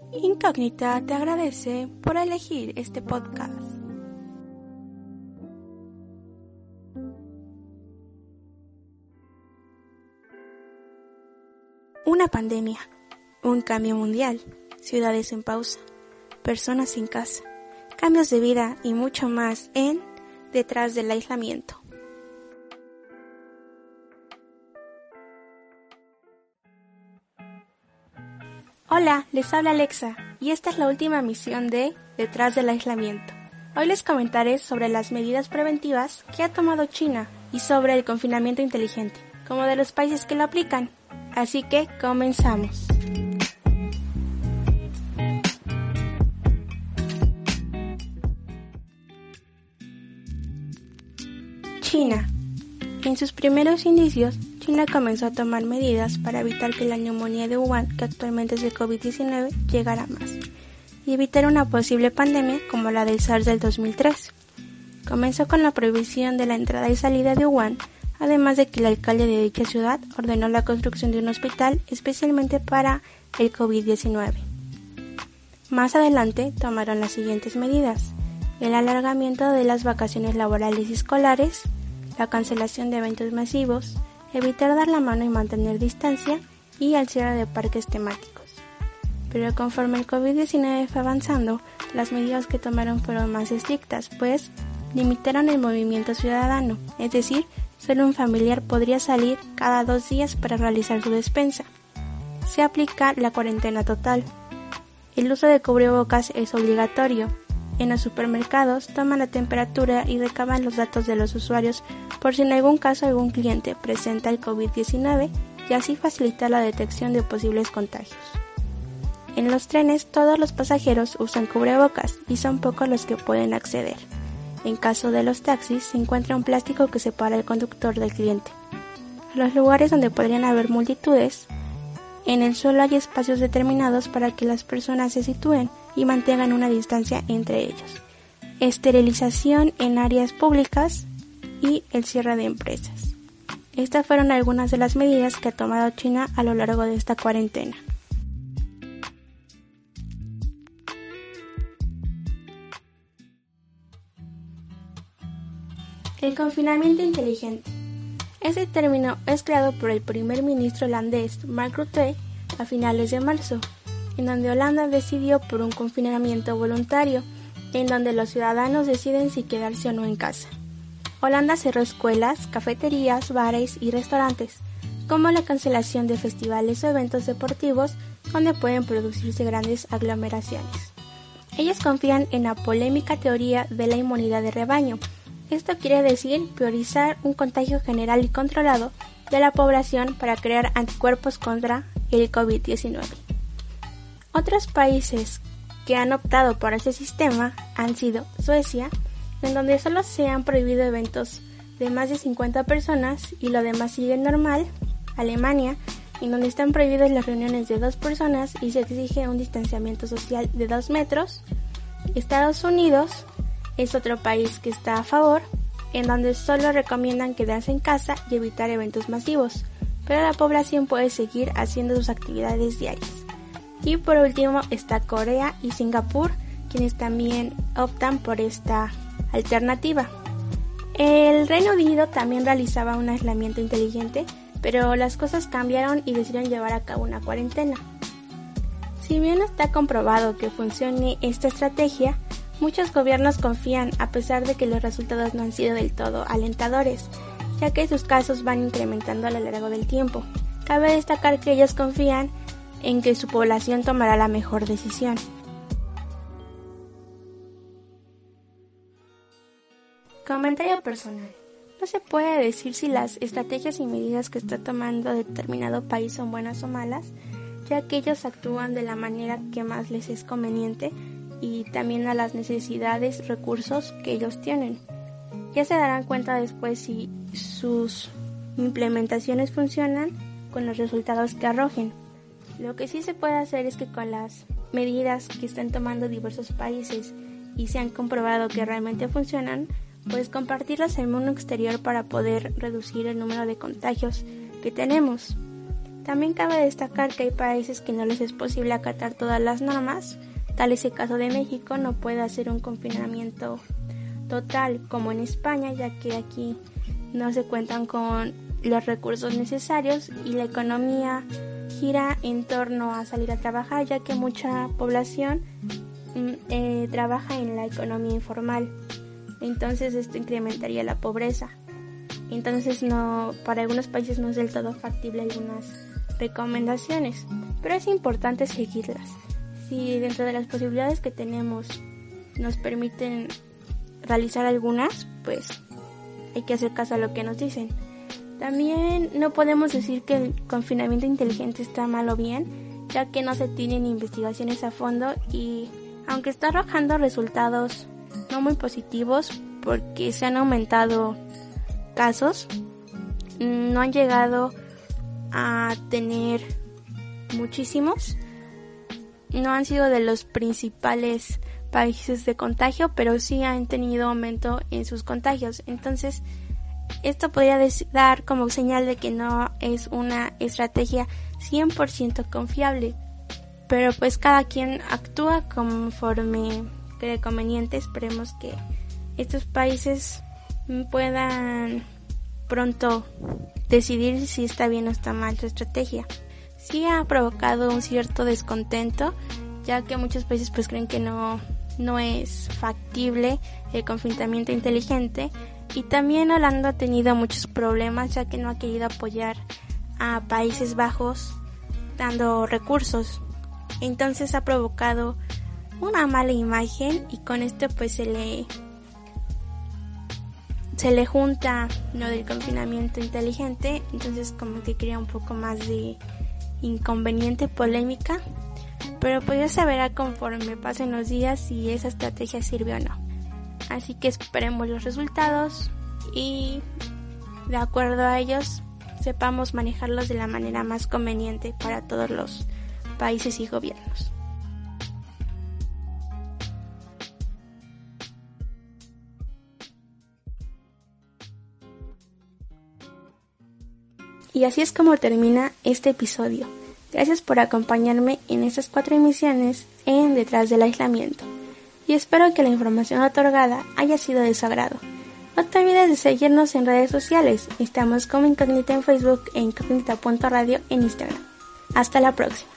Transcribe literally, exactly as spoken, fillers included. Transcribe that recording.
Incógnita te agradece por elegir este podcast. Una pandemia, un cambio mundial, ciudades en pausa, personas sin casa, cambios de vida y mucho más en Detrás del Aislamiento. Hola, les habla Alexa y esta es la última emisión de Detrás del Aislamiento. Hoy les comentaré sobre las medidas preventivas que ha tomado China y sobre el confinamiento inteligente, como de los países que lo aplican. Así que comenzamos. China. En sus primeros indicios, China comenzó a tomar medidas para evitar que la neumonía de Wuhan, que actualmente es el covid diecinueve, llegara a más, y evitar una posible pandemia como la del SARS del dos mil tres. Comenzó con la prohibición de la entrada y salida de Wuhan, además de que el alcalde de dicha ciudad ordenó la construcción de un hospital especialmente para el covid diecinueve. Más adelante tomaron las siguientes medidas: el alargamiento de las vacaciones laborales y escolares, la cancelación de eventos masivos, evitar dar la mano y mantener distancia, y el cierre de parques temáticos. Pero conforme el covid diecinueve fue avanzando, las medidas que tomaron fueron más estrictas, pues limitaron el movimiento ciudadano, es decir, solo un familiar podría salir cada dos días para realizar su despensa. Se aplica la cuarentena total. El uso de cubrebocas es obligatorio. En los supermercados toman la temperatura y recaban los datos de los usuarios por si en algún caso algún cliente presenta el covid diecinueve y así facilitar la detección de posibles contagios. En los trenes todos los pasajeros usan cubrebocas y son pocos los que pueden acceder. En caso de los taxis se encuentra un plástico que separa al conductor del cliente. En los lugares donde podrían haber multitudes, en el suelo hay espacios determinados para que las personas se sitúen y mantengan una distancia entre ellos. Esterilización en áreas públicas y el cierre de empresas. Estas fueron algunas de las medidas que ha tomado China a lo largo de esta cuarentena. El confinamiento inteligente. Este término es creado por el primer ministro holandés Mark Rutte a finales de marzo, en donde Holanda decidió por un confinamiento voluntario, en donde los ciudadanos deciden si quedarse o no en casa. Holanda cerró escuelas, cafeterías, bares y restaurantes, como la cancelación de festivales o eventos deportivos donde pueden producirse grandes aglomeraciones. Ellos confían en la polémica teoría de la inmunidad de rebaño. Esto quiere decir priorizar un contagio general y controlado de la población para crear anticuerpos contra el covid diecinueve. Otros países que han optado por ese sistema han sido Suecia, en donde solo se han prohibido eventos de más de cincuenta personas y lo demás sigue normal; Alemania, en donde están prohibidas las reuniones de dos personas y se exige un distanciamiento social de dos metros; Estados Unidos es otro país que está a favor, en donde solo recomiendan quedarse en casa y evitar eventos masivos, pero la población puede seguir haciendo sus actividades diarias. Y por último está Corea y Singapur, quienes también optan por esta alternativa. El Reino Unido también realizaba un aislamiento inteligente, pero las cosas cambiaron y decidieron llevar a cabo una cuarentena. Si bien está comprobado que funcione esta estrategia, muchos gobiernos confían a pesar de que los resultados no han sido del todo alentadores, ya que sus casos van incrementando a lo largo del tiempo. Cabe destacar que ellos confían en que su población tomará la mejor decisión. Comentario personal. No se puede decir si las estrategias y medidas que está tomando determinado país son buenas o malas, ya que ellos actúan de la manera que más les es conveniente y también a las necesidades, recursos que ellos tienen. Ya se darán cuenta después si sus implementaciones funcionan con los resultados que arrojen. Lo que sí se puede hacer es que con las medidas que están tomando diversos países y se han comprobado que realmente funcionan, pues compartirlas en el mundo exterior para poder reducir el número de contagios que tenemos. También cabe destacar que hay países que no les es posible acatar todas las normas, tal es el caso de México, no puede hacer un confinamiento total como en España, ya que aquí no se cuentan con los recursos necesarios y la economía gira en torno a salir a trabajar, ya que mucha población eh, trabaja en la economía informal. Entonces esto incrementaría la pobreza. Entonces no, para algunos países no es del todo factible algunas recomendaciones, pero es importante seguirlas. Si dentro de las posibilidades que tenemos nos permiten realizar algunas, pues hay que hacer caso a lo que nos dicen. También no podemos decir que el confinamiento inteligente está mal o bien, ya que no se tienen investigaciones a fondo y aunque está arrojando resultados no muy positivos porque se han aumentado casos, no han llegado a tener muchísimos, no han sido de los principales países de contagio, pero sí han tenido aumento en sus contagios. Entonces esto podría dar como señal de que no es una estrategia cien por ciento confiable, pero pues cada quien actúa conforme cree conveniente. Esperemos que estos países puedan pronto decidir si está bien o está mal su estrategia. Sí ha provocado un cierto descontento, ya que muchos países pues creen que no, no es factible el confinamiento inteligente, y también Holanda ha tenido muchos problemas ya que no ha querido apoyar a Países Bajos dando recursos. Entonces ha provocado una mala imagen y con esto pues se le se le junta lo del confinamiento inteligente, entonces como que crea un poco más de inconveniente, polémica, pero pues ya se verá conforme pasen los días si esa estrategia sirve o no. Así que esperemos los resultados y de acuerdo a ellos sepamos manejarlos de la manera más conveniente para todos los países y gobiernos. Y así es como termina este episodio. Gracias por acompañarme en estas cuatro emisiones en Detrás del Aislamiento. Y espero que la información otorgada haya sido de su agrado. No te olvides de seguirnos en redes sociales. Estamos como Incógnita en Facebook e incógnita punto radio en Instagram. Hasta la próxima.